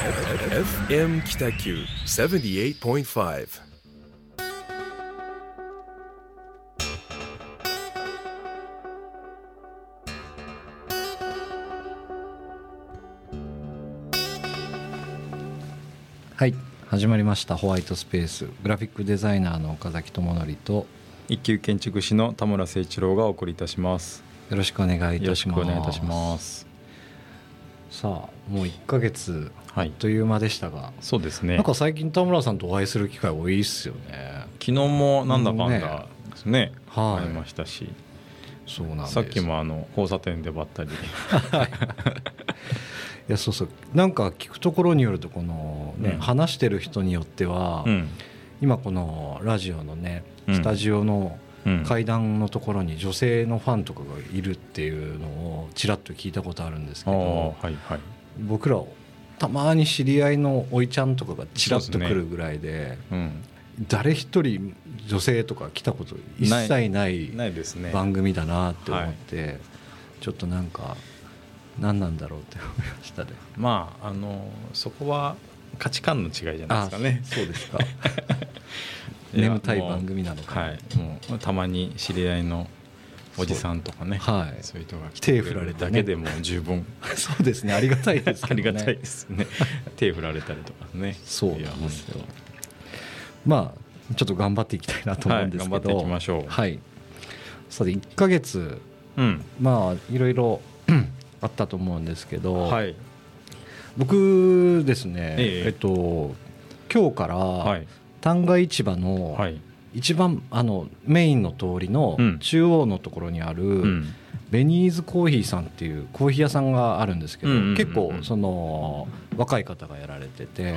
FM 北九78.5。 はい、始まりましたホワイトスペース。グラフィックデザイナーの岡崎智則と一級建築士の田村誠一郎がお送りいたします。 よろしくお願いいたします。 よろしくお願いいたします。 さあもう1ヶ月あっという間でしたが、はい、 そうですね。 なんか最近田村さんとお会いする機会多いっすよね。 昨日もなんだかんだですね、会いましたし、 そうなんです。 さっきも交差点でばったりいやそうそう、なんか聞くところによるとこの、ね、話してる人によっては、今このラジオのねスタジオの階段のところに女性のファンとかがいるっていうのをちらっと聞いたことあるんですけど、僕らたまに知り合いのおいちゃんとかがちらっと来るぐらいで、誰一人女性とか来たこと一切ない番組だなって思って、ちょっとなんか何なんだろうって思いましたね。 まあそこは価値観の違いじゃないですかね。 そうですか眠たい番組なのか、 もうたまに知り合いのおじさんとかね、そういう人が来てくれるだけでも十分そうですね、ありがたいですけどね。 ありがたいですね手振られたりとかね。 そうなんですよ。まあちょっと頑張っていきたいなと思うんですけど、 頑張っていきましょう。 はい。さて1ヶ月、まあいろいろあったと思うんですけど、僕ですね、今日から旦過市場の一番メインの通りの中央のところにあるベニーズコーヒーさんっていうコーヒー屋さんがあるんですけど、結構その若い方がやられてて、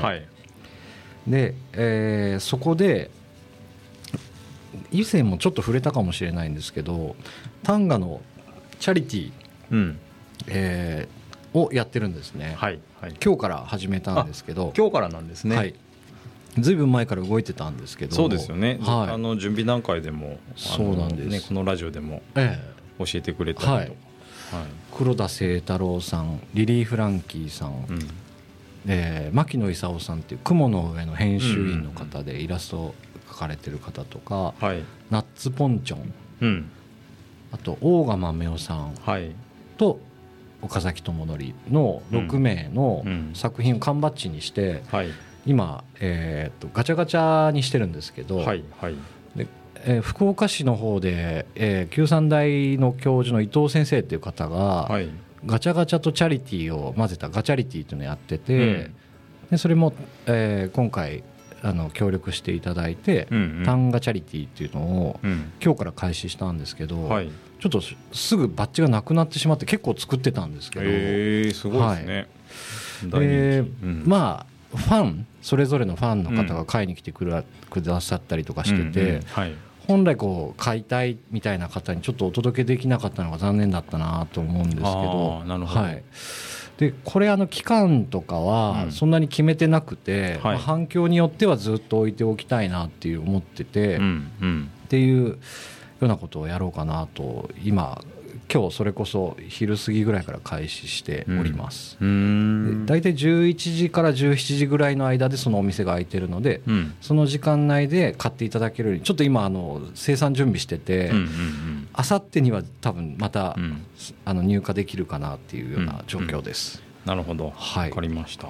で、そこで以前もちょっと触れたかもしれないんですけど、旦過のチャリティー、をやってるんですね。今日から始めたんですけど。 今日からなんですね。 ずいぶん前から動いてたんですけど。 そうですよね、準備段階でもそうなんです、 このラジオでも教えてくれたりと、 黒田清太郎さん、リリー・フランキーさん、牧野勲さんっていう雲の上の編集員の方でイラストを描かれてる方とか、ナッツポンチョン、あと大賀豆夫さんと岡崎智則の6名の作品を缶バッジにして、今、ガチャガチャにしてるんですけど、で福岡市の方で、九三大の教授の伊藤先生っていう方が、ガチャガチャとチャリティーを混ぜたガチャリティーっていうのをやってて、でそれも、今回協力していただいて、旦過チャリティーっていうのを今日から開始したんですけど、ちょっとすぐバッジがなくなってしまって結構作ってたんですけど、 すごいですね。 まあファンそれぞれのファンの方が買いに来てくださったりとかしてて、本来こう買いたいみたいな方にちょっとお届けできなかったのが残念だったなと思うんですけど、でこれ期間とかはそんなに決めてなくて、反響によってはずっと置いておきたいなっていう思ってて、っていうようなことをやろうかなと今日それこそ昼過ぎぐらいから開始しております。だいたい11時から17時ぐらいの間でそのお店が開いてるので、その時間内で買っていただけるようにちょっと今生産準備してて、あさってには多分また入荷できるかなっていうような状況です。 なるほど、わかりました。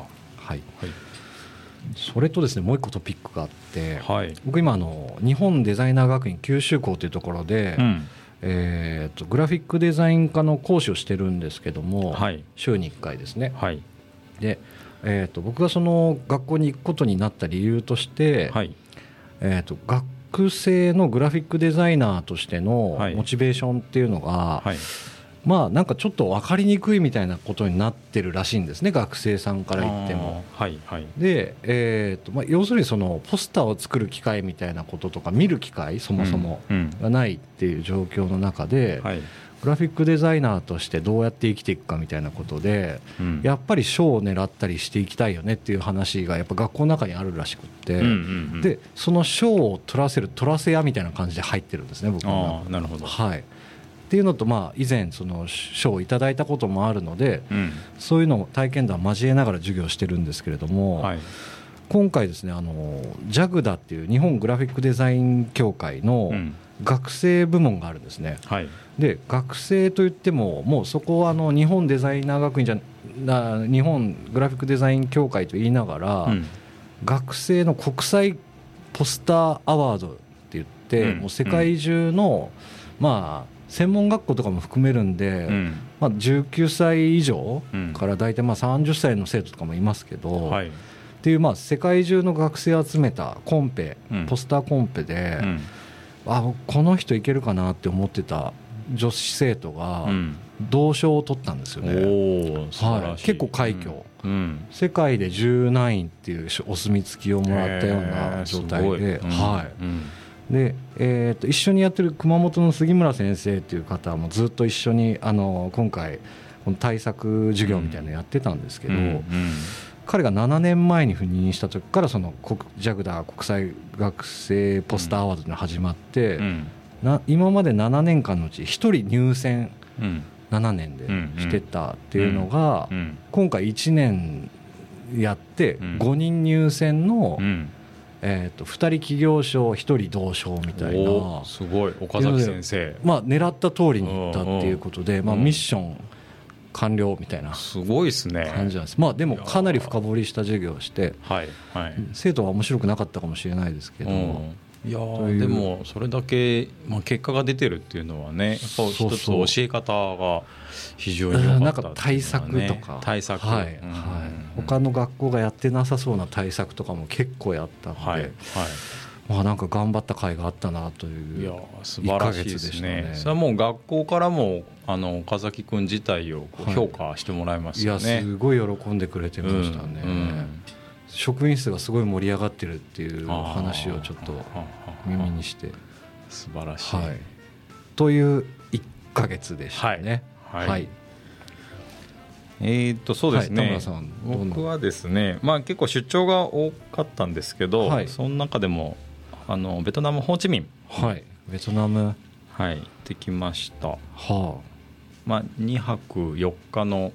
それとですね、もう一個トピックがあって、僕今日本デザイナー学院九州校というところで、グラフィックデザイン科の講師をしてるんですけども、週に1回ですね。で、僕がその学校に行くことになった理由として、学生のグラフィックデザイナーとしてのモチベーションっていうのが、まあなんかちょっと分かりにくいみたいなことになってるらしいんですね、学生さんから言っても。で、要するにそのポスターを作る機会みたいなこととか見る機会そもそもがないっていう状況の中で、グラフィックデザイナーとしてどうやって生きていくかみたいなことで、やっぱり賞を狙ったりしていきたいよねっていう話がやっぱ学校の中にあるらしくって、でその賞を取らせる取らせ屋みたいな感じで入ってるんですね、僕は。 なるほど。 ってっていうのと、以前その賞をいただいたこともあるので、そういうのを体験談を交えながら授業してるんですけれども、今回ですねJAGDA っていう日本グラフィックデザイン協会の学生部門があるんですね。で学生といってももうそこは日本デザイナー学院日本グラフィックデザイン協会と言いながら、学生の国際ポスターアワードって言って、もう世界中の専門学校とかも含めるんで、19歳以上から大体30歳の生徒とかもいますけど、っていう世界中の学生を集めたコンペ、ポスターコンペで、この人いけるかなって思ってた女子生徒が銅賞を取ったんですよね。結構快挙、世界で10何位っていうお墨付きをもらったような状態で、で一緒にやってる熊本の杉村先生っていう方もずっと一緒に今回この対策授業みたいなのやってたんですけど、彼が7年前に赴任した時からそのJAGDA 国際学生ポスターアワードというのが始まって、今まで7年間のうち1人入選7年でしてたっていうのが、今回1年やって5人入選の2人企業賞1人同賞みたいな、 すごい岡崎先生、 狙った通りにいったっていうことで、ミッション完了みたいなすごいですね感じなんです。でもかなり深掘りした授業をして、生徒は面白くなかったかもしれないですけど、 いやでもそれだけ、結果が出てるっていうのはね、やっぱ一つ教え方が非常に良かったっていうのはね。 なんか対策とか、他の学校がやってなさそうな対策とかも結構やったので、なんか頑張った甲斐があったなという1ヶ月でしたね。 それはもう学校からも岡崎君自体を評価してもらいますよね。 いやすごい喜んでくれてましたね。職員室がすごい盛り上がってるっていう話をちょっと耳にして、 素晴らしい、 という1ヶ月でしたね。 そうですね、 田村さん僕はですね、結構出張が多かったんですけど、その中でもベトナムホーチミン、 ベトナム行ってきました。2泊4日の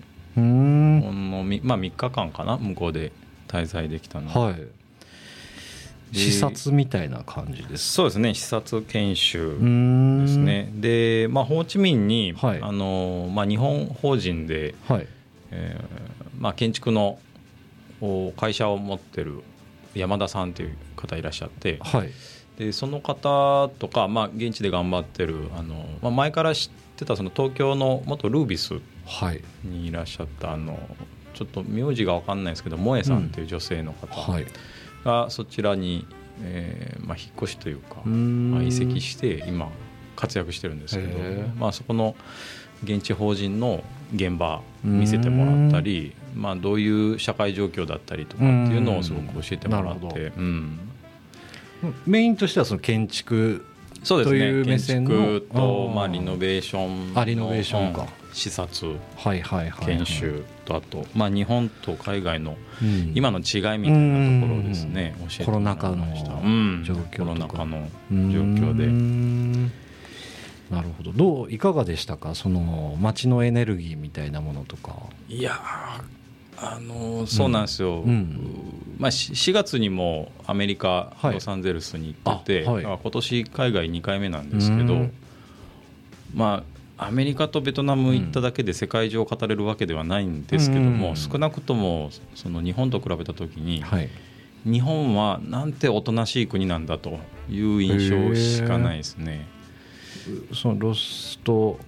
3日間かな、向こうで滞在できたので、 視察みたいな感じです。 そうですね、視察研修ですね。で、ホーチミンに、日本法人で、建築の会社を持ってる山田さんという方いらっしゃって、でその方とか、現地で頑張ってる前から知ってたその東京の元ルービスにいらっしゃったちょっと名字が分かんないですけど萌えさんという女性の方がそちらに、引っ越しというか移籍して今活躍してるんですけど、そこの現地法人の現場見せてもらったり、どういう社会状況だったりとかっていうのをすごく教えてもらって、 メインとしてはその建築そうですね、 という目線の建築とリノベーションのリノベーションか視察研修と、あと日本と海外の今の違いみたいなところをですね、教えてもらいました。コロナ禍の状況で。 なるほど。いかがでしたか、その街のエネルギーみたいなものとか。 いやそうなんですよ。4月にもアメリカロサンゼルスに行ってて、今年海外2回目なんですけど、アメリカとベトナム行っただけで世界中を語れるわけではないんですけども、少なくともその日本と比べた時に、日本はなんておとなしい国なんだという印象しかないですね。 そのロスと、ホ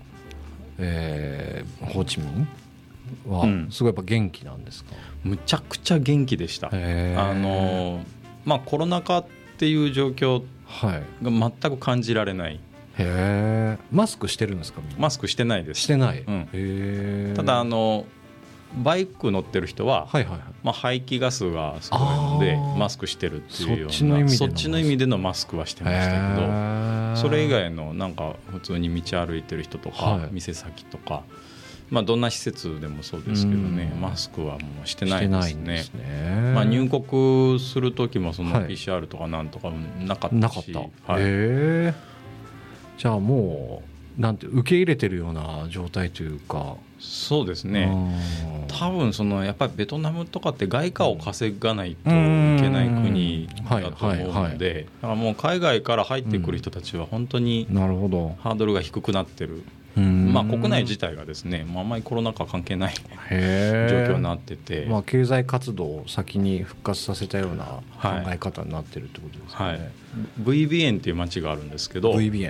ーチミンはすごいやっぱ元気なんですか？ むちゃくちゃ元気でした。コロナ禍っていう状況が全く感じられない。 マスクしてるんですか？ マスクしてないです。 してない。 ただバイク乗ってる人は、排気ガスがすごいのでマスクしてるっていうような、そっちの意味でのマスクはしてましたけど、それ以外のなんか普通に道歩いてる人とか、店先とか、どんな施設でもそうですけどね、マスクはもうしてないですね。入国する時もその PCR とかなんとかなかったし、 じゃあもなんて受け入れてるような状態というか。 そうですね。多分やっぱりベトナムとかって外貨を稼がないといけない国だと思うので、だからもう海外から入ってくる人たちは本当にハードルが低くなってる。国内自体がですね、あんまりコロナ禍関係ない状況になってて、 経済活動を先に復活させたような考え方になってるってことですね。 ブイビエンっていう町があるんですけど、夜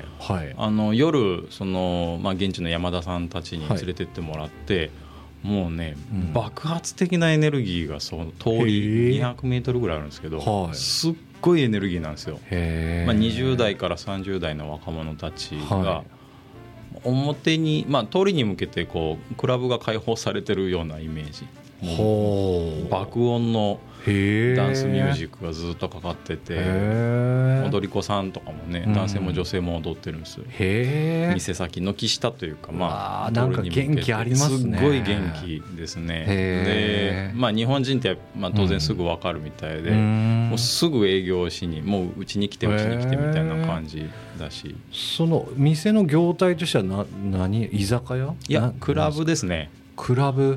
現地の山田さんたちに連れてってもらって、もうね、爆発的なエネルギーがその通り200メートルぐらいあるんですけど、すっごいエネルギーなんですよ。20代から30代の若者たちが表に、通りに向けてこうクラブが開放されてるようなイメージ。爆音のダンスミュージックがずっとかかってて、踊り子さんとかもね、男性も女性も踊ってるんですよ。店先軒下というか、 なんか元気ありますね。 すごい元気ですね。で、日本人って、当然すぐ分かるみたいで、もうすぐ営業しに、もううちに来てうちに来てみたいな感じだし、 その店の業態としては何、居酒屋？ いや、クラブですね。 クラブ、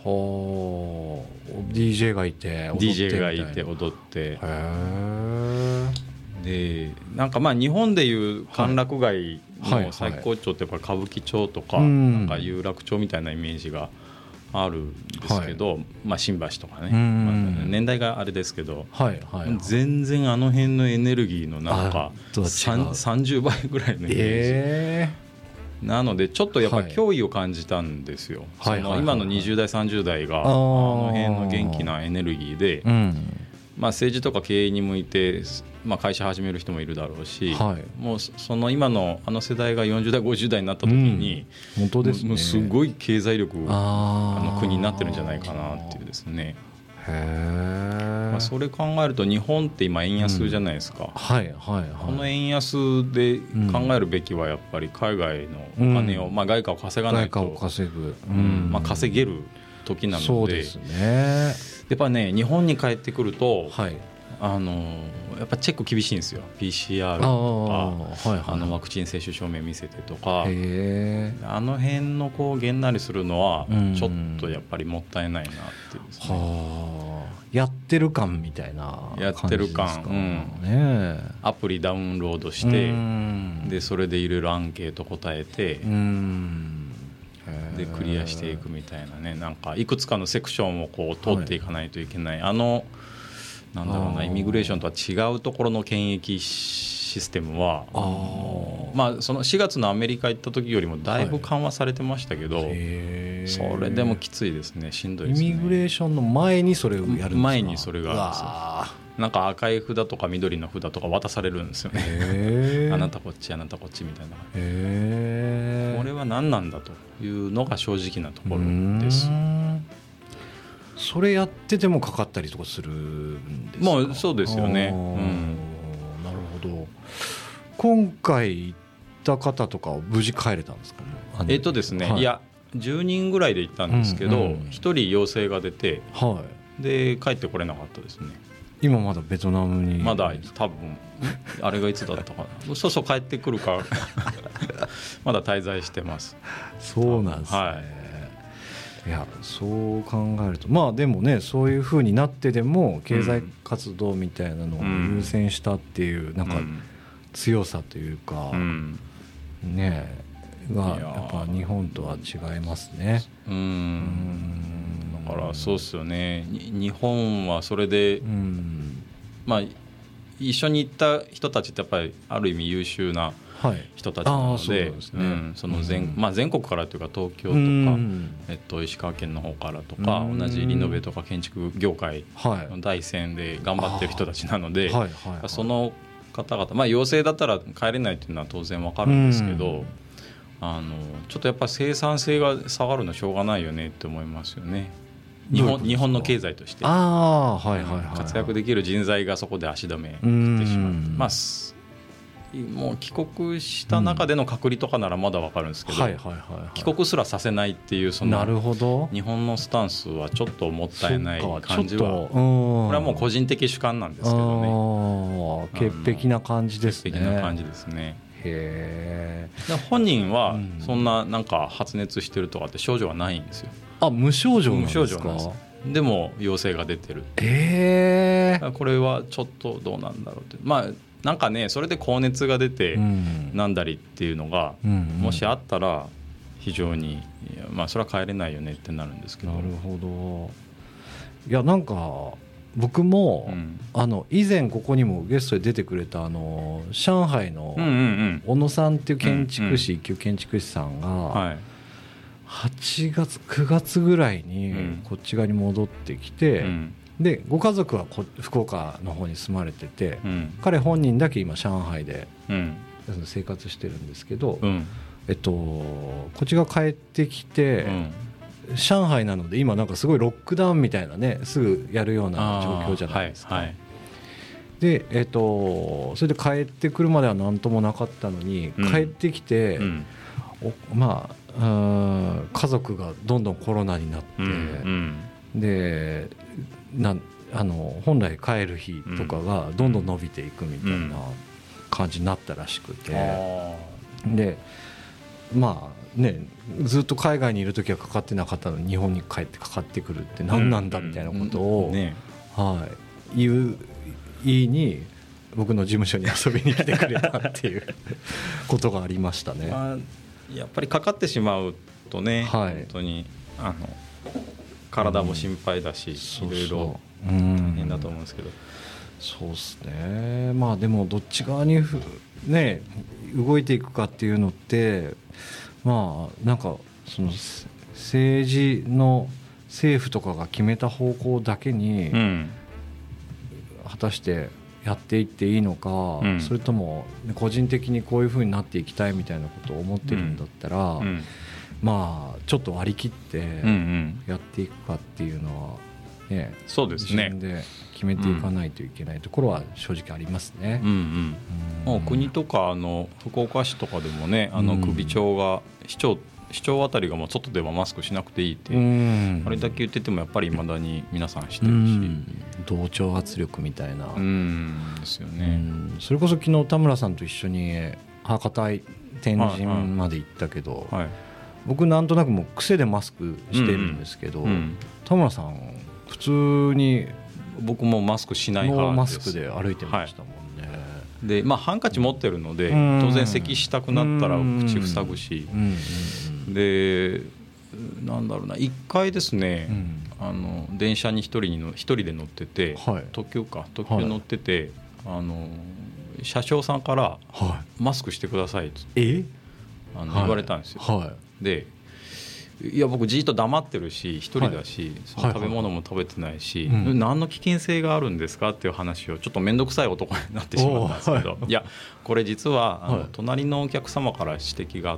DJ がいて踊って、でなんか日本でいう歓楽街の最高潮ってやっぱり歌舞伎町とか、なんか有楽町みたいなイメージがあるんですけど、新橋とかね、年代があれですけど、全然あの辺のエネルギーのなんか30倍ぐらいのイメージ、なのでちょっとやっぱり脅威を感じたんですよ。今の20代30代があの辺の元気なエネルギーで、政治とか経営に向いて、会社始める人もいるだろうし、もうその今のあの世代が40代50代になった時に、 本当ですね、 もうすごい経済力の国になってるんじゃないかなっていうですね。それ考えると日本って今円安じゃないですか。この円安で考えるべきはやっぱり海外のお金を、外貨を稼がないと稼げる時なので、やっぱね、日本に帰ってくると、やっぱチェック厳しいんですよ。 PCR とかワクチン接種証明見せてとか、あの辺のこうげんなりするのはちょっとやっぱりもったいないなっていうですね。 やってる感みたいな感じですか。 やってる感、アプリダウンロードして、でそれでいろいろアンケート答えて、でクリアしていくみたいなね、なんかいくつかのセクションをこう通っていかないといけない、なんだろうな、イミグレーションとは違うところの検疫システムは、その4月のアメリカ行った時よりもだいぶ緩和されてましたけど、それでもきついですね、しんどいですね。 イミグレーションの前にそれをやるんですか？ 前にそれがあるんですよ。なんか赤い札とか緑の札とか渡されるんですよね。あなたこっちあなたこっちみたいな。これは何なんだというのが正直なところです。 それやっててもかかったりとかするんですか？ もうそうですよね。 なるほど。今回行った方とかは無事帰れたんですかね？ ですね、いや10人ぐらいで行ったんですけど、1人陽性が出て、で帰ってこれなかったですね。 今まだベトナムにまだ多分あれがいつだったかなそう帰ってくるかまだ滞在してます。 そうなんですね。いや、そう考えるとでもね、そういう風になってでも経済活動みたいなのを優先したっていうなんか強さというか、ねがやっぱ日本とは違いますね。 だからそうですよね。日本はそれで、一緒に行った人たちってやっぱりある意味優秀な人たちなので、全国からというか東京とか、石川県の方からとか、同じリノベとか建築業界の第一線で頑張ってる人たちなので、その方々、陽性だったら帰れないというのは当然わかるんですけど、ちょっとやっぱ生産性が下がるのはしょうがないよねって思いますよね。日本の経済として活躍できる人材がそこで足止めしてしまう。もう帰国した中での隔離とかならまだ分かるんですけど、帰国すらさせないっていうその日本のスタンスはちょっともったいない感じは、これはもう個人的主観なんですけどね。 潔癖な感じですね。 潔癖な感じですね。 へえ。 本人はそんななんか発熱してるとかって症状はないんですよ。 あ、無症状なんですか？ 無症状なんです。でも陽性が出てる。これはちょっとどうなんだろうって、まあなんかね、それで高熱が出てなんだりっていうのがもしあったら非常に、まあそれは帰れないよねってなるんですけど。 なるほど。いやなんか僕も、以前ここにもゲストで出てくれた上海の小野さんっていう建築士、一級建築士さんが8月9月ぐらいにこっち側に戻ってきて、でご家族は福岡の方に住まれてて、彼本人だけ今上海で生活してるんですけど、こっちが帰ってきて、上海なので今なんかすごいロックダウンみたいなね、すぐやるような状況じゃないですか。でそれで帰ってくるまでは何ともなかったのに、帰ってきて、まあ家族がどんどんコロナになって、で本来帰る日とかがどんどん伸びていくみたいな感じになったらしくて、でまあね、ずっと海外にいる時はかかってなかったのに日本に帰ってかかってくるって何なんだみたいなことを言いに僕の事務所に遊びに来てくれたっていうことがありましたね。 やっぱりかかってしまうとね、本当に体も心配だし、いろいろ大変だと思うんですけど。 そうですね。まあでもどっち側にね動いていくかっていうのって、まあなんかその政治の政府とかが決めた方向だけに果たしてやっていっていいのか、それとも個人的にこういう風になっていきたいみたいなことを思ってるんだったら、まあちょっと割り切ってやっていくかっていうのはね、 そうですね、 自分で決めていかないといけないところは正直ありますね。 国とか福岡市とかでもね、首長が市長あたりがもう外ではマスクしなくていいって、あれだけ言っててもやっぱり未だに皆さんしてるし、 同調圧力みたいなですよね。 それこそ昨日田村さんと一緒に博多天神まで行ったけど、僕なんとなくもう癖でマスクしてるんですけど、田村さん普通に僕もマスクしない派です。 マスクで歩いてましたもんね。 でハンカチ持ってるので当然咳したくなったら口塞ぐし、でなんだろうな、1回ですね、電車に一人で乗ってて、特急乗ってて、車掌さんからマスクしてくださいって言われたんですよ。でいや僕じっと黙ってるし一人だし、その食べ物も食べてないし、何の危険性があるんですかっていう話をちょっと面倒くさい男になってしまったんですけど、いやこれ実は隣のお客様から指摘があって、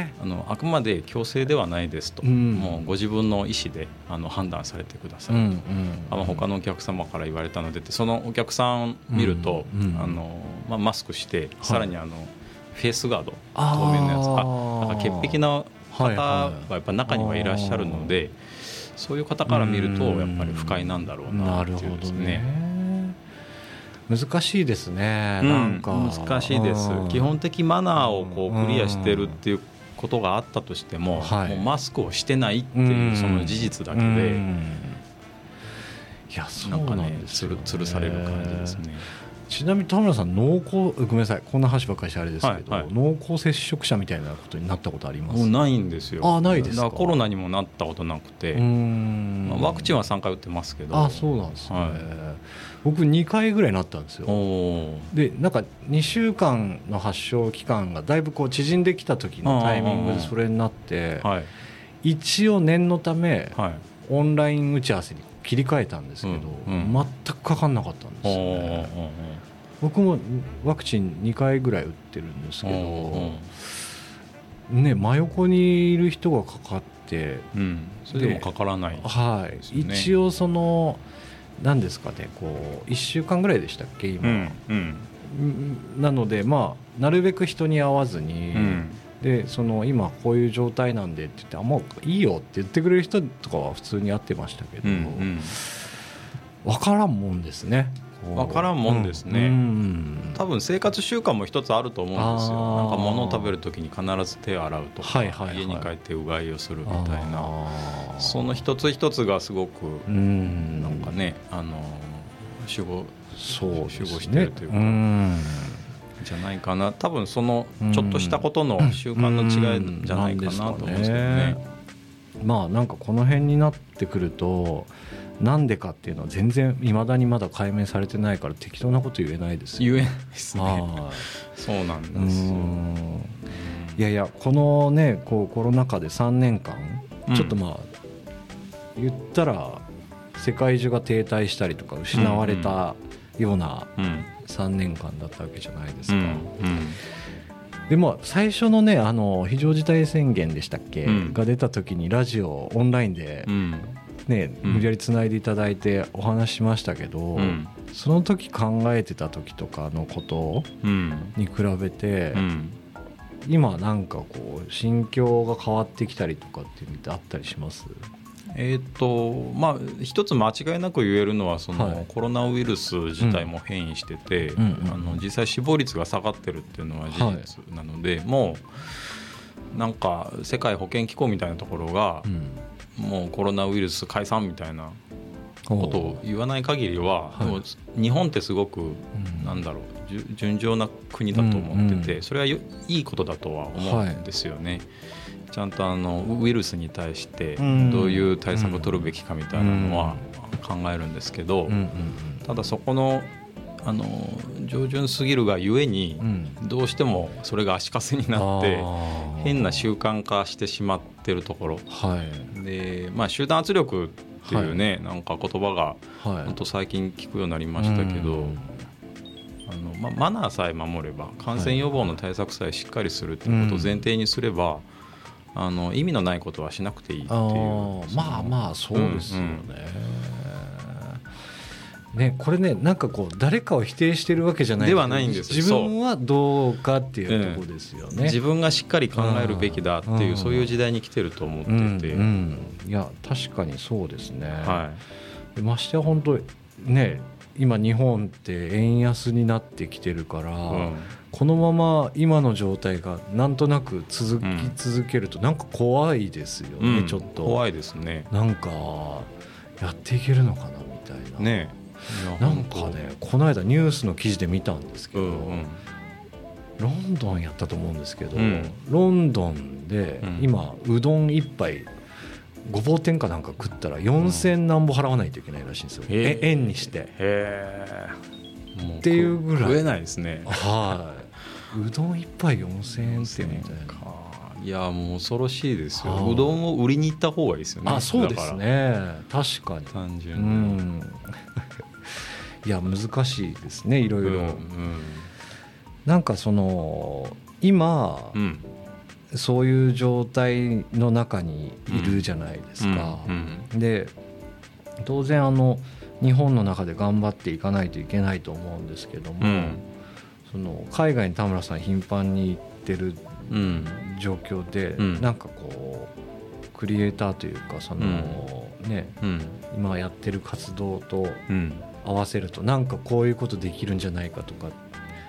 あくまで強制ではないですと、もうご自分の意思で判断されてくださいと、他のお客様から言われたのでって、そのお客さん見るとマスクしてさらにフェイスガード透明のやつ、潔癖な方はやっぱ中にはいらっしゃるので、そういう方から見るとやっぱり不快なんだろうなっていうですね。 難しいですね。なんか難しいです。基本的マナーをこうクリアしてるっていうことがあったとしても、もうマスクをしてないっていうその事実だけで、 いやそうなんですよね、 吊るされる感じですね。 ちなみに田村さんごめんなさい、こんな話ばっかりしてあれですけど、濃厚接触者みたいなことになったことあります？ もうないんですよ。 ないですか。 だからコロナにもなったことなくて、ワクチンは3回打ってますけど。 そうなんですね。僕2回ぐらいなったんですよ。でなんか2週間の発症期間がだいぶこう縮んできた時のタイミングでそれになって、一応念のためオンライン打ち合わせに切り替えたんですけど、全くかかんなかったんですよね。僕もワクチン2回ぐらい打ってるんですけど、真横にいる人がかかって、 それでもかからない、 一応その何ですかね、こう1週間ぐらいでしたっけ今、なのでなるべく人に会わずに、でその今こういう状態なんでって言って、もういいよって言ってくれる人とかは普通に会ってましたけど、分からんもんですね。 分からんもんですね、多分生活習慣も一つあると思うんですよ。なんか物を食べる時に必ず手を洗うとか、家に帰ってうがいをするみたいな、その一つ一つがすごくなんかね、守護してるというか、じゃないかな。多分そのちょっとしたことの習慣の違いじゃないかなと思うんですけどね。 まあなんかこの辺になってくるとなんでかっていうのは全然未だにまだ解明されてないから適当なこと言えないですよ。 言えないですね。そうなんですよ。 いやいや、このねこうコロナ禍で3年間、ちょっとまあ言ったら世界中が停滞したりとか失われたような3年間だったわけじゃないですか。でも最初のね非常事態宣言でしたっけ、が出た時にラジオオンラインで、ね、無理やりつないでいただいてお話しましたけど、その時考えてた時とかのことに比べて、今なんかこう心境が変わってきたりとかっていうのってあったりします？ まあ一つ間違いなく言えるのはその、コロナウイルス自体も変異してて、実際死亡率が下がってるっていうのは事実なので、もうなんか世界保健機構みたいなところが、もうコロナウイルス解散みたいなことを言わない限りは、日本ってすごくなんだろう順調な国だと思ってて、それはいいことだとは思うんですよね。ちゃんとウイルスに対してどういう対策を取るべきかみたいなのは考えるんですけど、ただそこの上順すぎるがゆえにどうしてもそれが足かせになって変な習慣化してしまってるところで、まあ集団圧力っていうね、なんか言葉が本当最近聞くようになりましたけど、マナーさえ守れば、感染予防の対策さえしっかりするっていうことを前提にすれば、意味のないことはしなくていいっていう。 まあまあそうですよね。ね、これね、なんかこう誰かを否定してるわけじゃないではないんです。 自分はどうかっていうところですよね。 自分がしっかり考えるべきだっていう、そういう時代に来てると思ってて、 いや確かにそうですね。ましてや本当ね、今日本って円安になってきてるから、このまま今の状態がなんとなく続き続けるとなんか怖いですよね。ちょっと怖いですね。 なんかやっていけるのかなみたいなね。なんかね、この間ニュースの記事で見たんですけど、ロンドンやったと思うんですけど、ロンドンで今うどん1杯ごぼう天かなんか食ったら4000何歩払わないといけないらしいんですよ、円にして。っていうぐらい食えないですね。 うどん1杯4000円ってみたいな。 いやもう恐ろしいですよ。うどんを売りに行った方がいいですよね。 そうですね、確かに単純に、 いや難しいですね、いろいろ。なんかその今、そういう状態の中にいるじゃないですか。で当然日本の中で頑張っていかないといけないと思うんですけども、その海外に田村さん頻繁に行ってる状況で、なんかこうクリエイターというかその、今やってる活動と合わせるとなんかこういうことできるんじゃないかとか。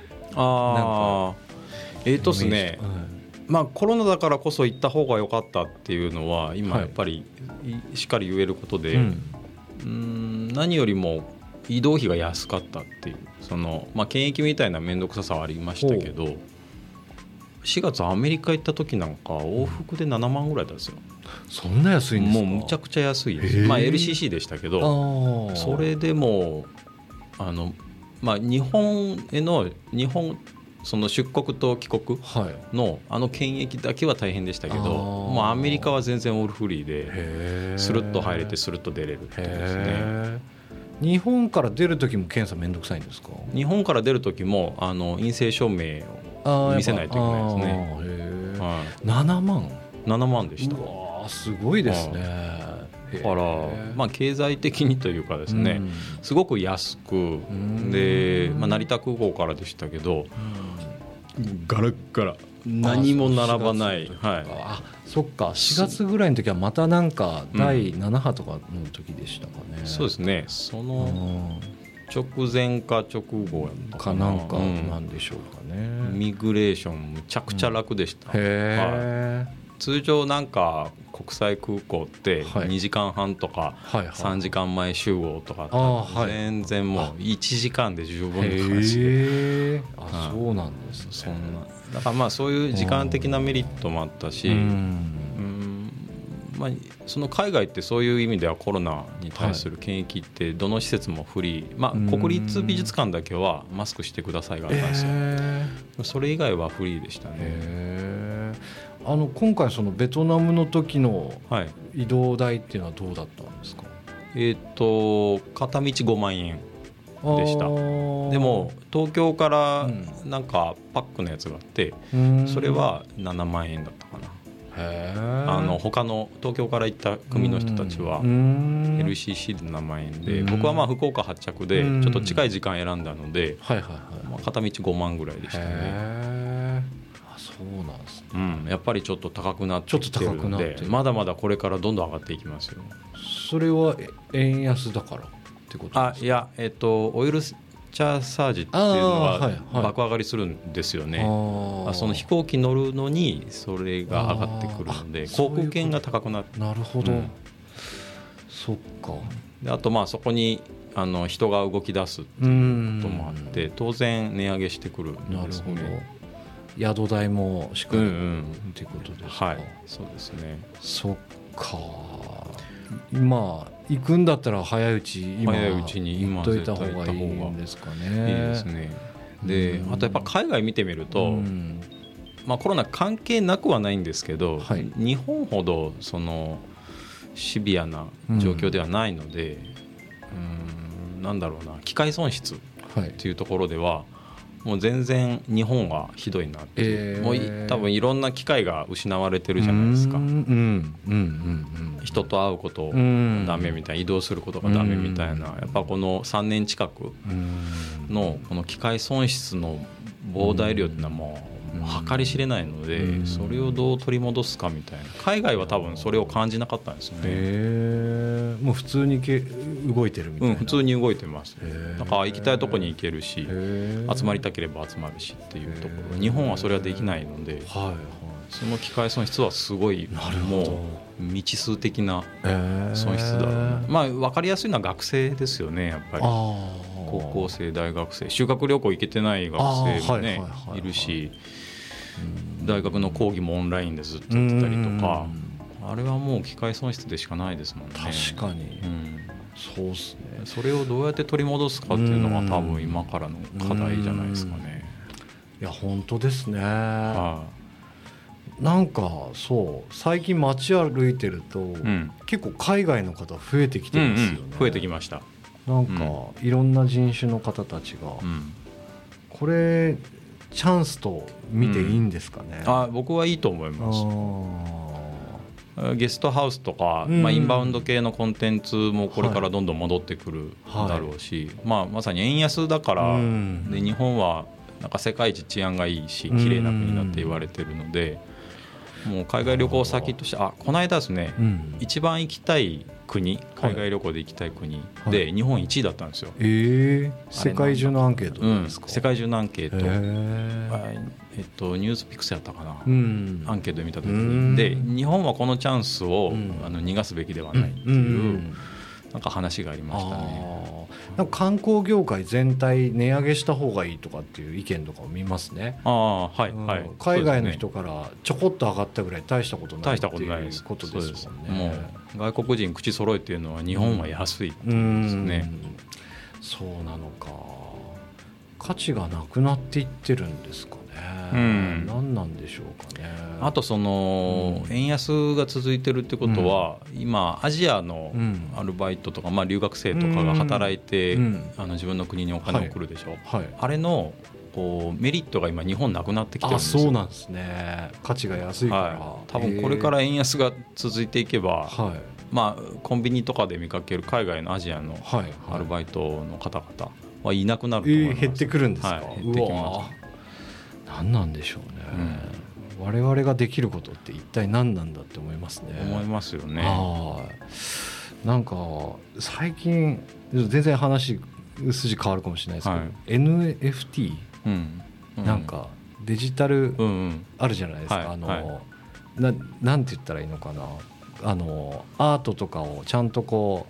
ですね、まあコロナだからこそ行った方が良かったっていうのは今やっぱりしっかり言えることで、何よりも移動費が安かったっていう、その検疫みたいな面倒くささはありましたけど、4月アメリカ行った時なんか往復で7万ぐらいだったんですよ。 そんな安いんですか？ もうむちゃくちゃ安いです。LCC でしたけど、それでも日本へのその出国と帰国の検疫だけは大変でしたけど、もうアメリカは全然オールフリーでスルッと入れてスルッと出れるっていうですね。 日本から出る時も検査めんどくさいんですか？ 日本から出る時も陰性証明を見せないといけないですね。7万でした。 すごいですね。 だから経済的にというかですね、すごく安くで、成田空港からでしたけど、ガラッガラ何も並ばない。 そっか、4月ぐらいの時はまたなんか第7波とかの時でしたかね。 そうですね。 直前か直後やったかななんかなんでしょうかね、 ミグレーションむちゃくちゃ楽でした、 へー、 通常なんか国際空港って2時間半とか3時間前集合とか全然もう1時間で十分な感じで、 そうなんですね。 そんなだからまあそういう時間的なメリットもあったし、まあ、その海外ってそういう意味ではコロナに対する検疫ってどの施設もフリー、まあ、国立美術館だけはマスクしてくださいがあったんですよ、それ以外はフリーでしたね。 今回そのベトナムの時の移動代っていうのはどうだったんですか？ 片道5万円でした。でも東京からなんかパックのやつがあって、それは7万円だったかな。他の東京から行った組の人たちは LCC で7万円で、僕はまあ福岡発着でちょっと近い時間選んだので、片道5万ぐらいでしたね。 そうなんですね。 やっぱりちょっと高くなってきてるんで、まだまだこれからどんどん上がっていきますよ。 それは円安だからってことですか？ いや、オイルチャーサージっていうのは爆上がりするんですよね。その飛行機乗るのにそれが上がってくるので、航空券が高くなって。 なるほど、そっか。 であとまあそこに人が動き出すっていうこともあって当然値上げしてくるんですね。 なるほど、宿代もしっかりっていうことですか？ そうですね。 そっか。まあ行くんだったら早いうちに行っといた方がいいんですかね。 いいですね。であとやっぱ海外見てみると、まあ、コロナ関係なくはないんですけど、日本ほどそのシビアな状況ではないので、なんだろうな、機械損失っていうところではもう全然日本はひどいなって、もう多分いろんな機会が失われてるじゃないですか。人と会うことダメみたいな、移動することがダメみたいな、やっぱこの3年近くのこの機械損失の膨大量っていうのはもう計り知れないので、それをどう取り戻すかみたいな。海外は多分それを感じなかったんですよね。 もう普通に動いてるみたいな。 普通に動いてます。だから行きたいとこに行けるし、集まりたければ集まるしっていうところ、日本はそれはできないので、その機械損失はすごいもう未知数的な損失だろうな。まあ分かりやすいのは学生ですよね。やっぱり高校生、大学生、修学旅行行けてない学生もねいるし、大学の講義もオンラインでずっとやってたりとか、あれはもう機械損失でしかないですもんね。 確かに、そうですね。 それをどうやって取り戻すかっていうのが多分今からの課題じゃないですかね。 いや本当ですね。なんかそう最近街歩いてると、結構海外の方増えてきてますよね。 増えてきました。 なんか、いろんな人種の方たちが、これチャンスと見ていいんですかね？ 僕はいいと思います。ゲストハウスとか、インバウンド系のコンテンツもこれからどんどん戻ってくるだろうし、まさに円安だから、で日本はなんか世界一治安がいいし綺麗な国だって言われてるので、もう海外旅行先としてこの間ですね、一番行きたい国、海外旅行で行きたい国で日本1位だったんですよ。 世界中のアンケートですか？ 世界中のアンケート、ニュースピックスやったかな、アンケートで見た時に、で日本はこのチャンスを逃がすべきではないっていうなんか話がありましたね。 なんか観光業界全体値上げした方がいいとかっていう意見とかを見ますね。海外の人からちょこっと上がったぐらい大したことないっていうことですもんね。 もう外国人口揃えっていうのは日本は安いっていうんですね。 そうなのか。価値がなくなっていってるんですかね。何なんでしょうかね。 あとその円安が続いてるってことは、今アジアのアルバイトとか、留学生とかが働いて自分の国にお金を送るでしょ。あれのこうメリットが今日本なくなってきてるんですよ。 そうなんですね。価値が安いから、 多分これから円安が続いていけば、コンビニとかで見かける海外のアジアのアルバイトの方々はいなくなると思います。 減ってくるんですか？ 減ってきます。 何なんでしょうね。我々ができることって一体何なんだって思いますね。 思いますよね。 なんか最近全然話筋変わるかもしれないですけど、 はい、 NFT、なんかデジタルあるじゃないですか、なんて言ったらいいのかな、アートとかをちゃんとこ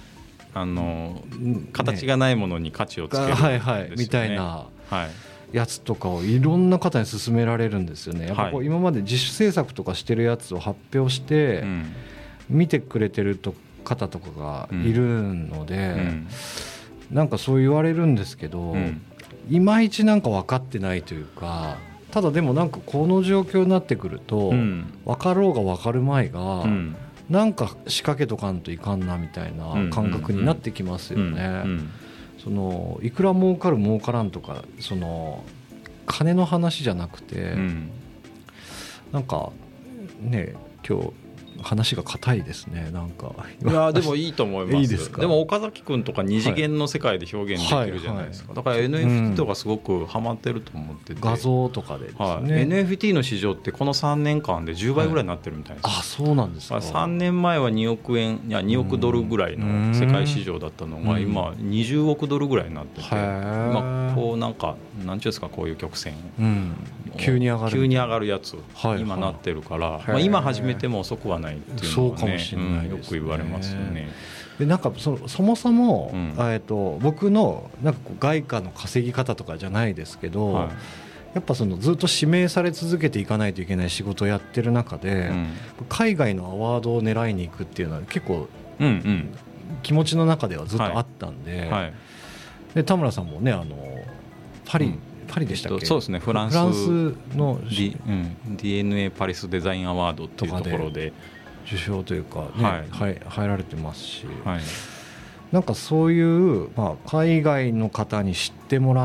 う形がないものに価値をつけるですよね、 みたいなやつとかをいろんな方に勧められるんですよね。やっぱこう今まで自主制作とかしてるやつを発表して見てくれてる方とかがいるので、なんかそう言われるんですけど、いまいちなんか分かってないというか、ただでもなんかこの状況になってくると、分かろうが分かるまいが、なんか仕掛けとかんといかんなみたいな感覚になってきますよね。そのいくら儲かる儲からんとか、その金の話じゃなくて、なんかね、今日話が硬いですね。なんかいやでもいいと思います。 いいですか。 でも岡崎君とか二次元の世界で表現できるじゃないですか、だから NFT とかすごくハマってると思ってて、 画像とかでですね、 NFT の市場ってこの3年間で10倍ぐらいになってるみたいです、 あ、そうなんですか。 3年前は2億円いや2億ドルぐらいの世界市場だったのが今20億ドルぐらいになってて、今こうなんかなんていうんですか、こういう曲線、急に上がるやつ今なってるから、今始めても遅くはないっていうのはね、よく言われますよね。 でなんかそもそも、僕のなんかこう外貨の稼ぎ方とかじゃないですけど、やっぱそのずっと指名され続けていかないといけない仕事をやってる中で、海外のアワードを狙いに行くっていうのは結構、気持ちの中ではずっとあったんで、で田村さんもね、パリでしたっけ。 そうですね、フランスの、DNA パリスデザインアワードっていうところで受賞というか、ね、入られてますし、なんかそういう、海外の方に知ってもらって、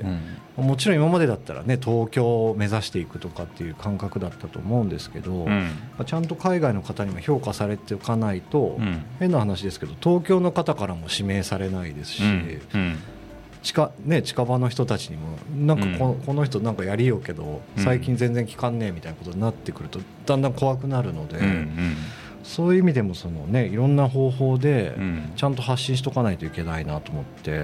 もちろん今までだったらね、東京を目指していくとかっていう感覚だったと思うんですけど、ちゃんと海外の方にも評価されておかないと、変な話ですけど東京の方からも指名されないですし、近場の人たちにもなんかこの人なんかやりようけど最近全然聞かんねえみたいなことになってくるとだんだん怖くなるので、そういう意味でもそのね、いろんな方法でちゃんと発信しとかないといけないなと思って、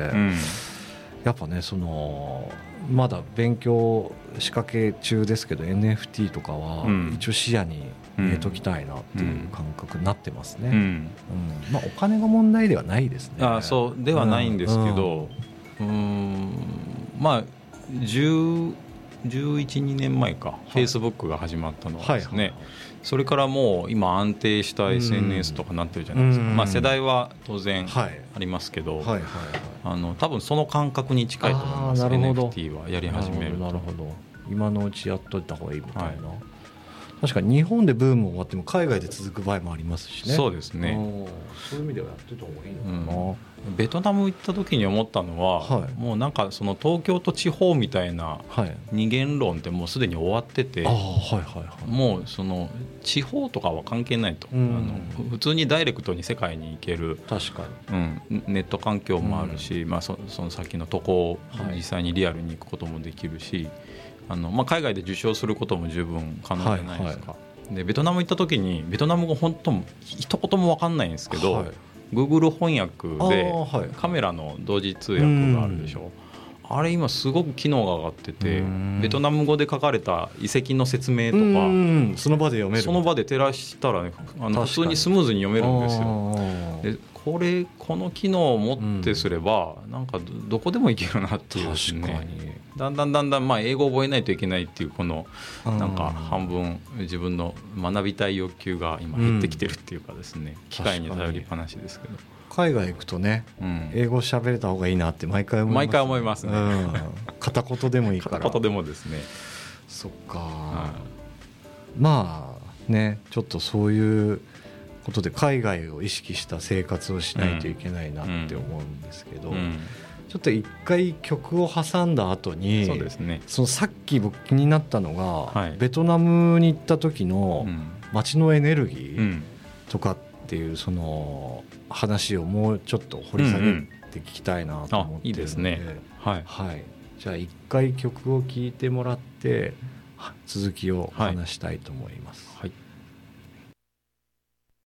やっぱね、そのまだ勉強仕掛け中ですけど NFT とかは一応視野に入れときたいなっていう感覚になってますね。お金が問題ではないですね。 そうではないんですけど、11、2年前か、Facebook が始まったのはですね、それからもう今安定した SNS とかなってるじゃないですか。世代は当然ありますけど、多分その感覚に近いと思います。NFT はやり始めると。 なるほど、今のうちやっといた方がいいみたいな。確かに日本でブーム終わっても海外で続く場合もありますしね。 そうですね。 そういう意味ではやってた方がいいのかな。 ベトナム行った時に思ったのは、もうなんかその東京と地方みたいな二元論ってもうすでに終わってて、もうその地方とかは関係ないと、普通にダイレクトに世界に行ける、 確かに、ネット環境もあるし、その先の渡航、実際にリアルに行くこともできるし、海外で受賞することも十分可能じゃないですか。でベトナム行った時にベトナム語本当一言も分かんないんですけど、Google 翻訳でカメラの同時通訳があるでしょ。あれ今すごく機能が上がってて、ベトナム語で書かれた遺跡の説明とかその場で読める、 その場で照らしたら、ね、普通にスムーズに読めるんですよ。でこの機能をもってすれば、なんかどこでもいけるなっていうですね。だんだん英語を覚えないといけないっていうこのなんか半分自分の学びたい欲求が今減ってきてるっていうかですね、機械に頼りっぱなしですけど、 海外行くとね、英語喋れた方がいいなって毎回思いますね。片言でもいいから。 片言でもですね。 そっか、ちょっとそういうことで海外を意識した生活をしないといけないなって思うんですけど、ちょっと一回曲を挟んだ後に、 そうですね、 そのさっき僕気になったのが、ベトナムに行った時の街のエネルギーとかっていうその話をもうちょっと掘り下げて聞きたいなと思っているので、 いいですね。 じゃあ一回曲を聴いてもらって続きを話したいと思います。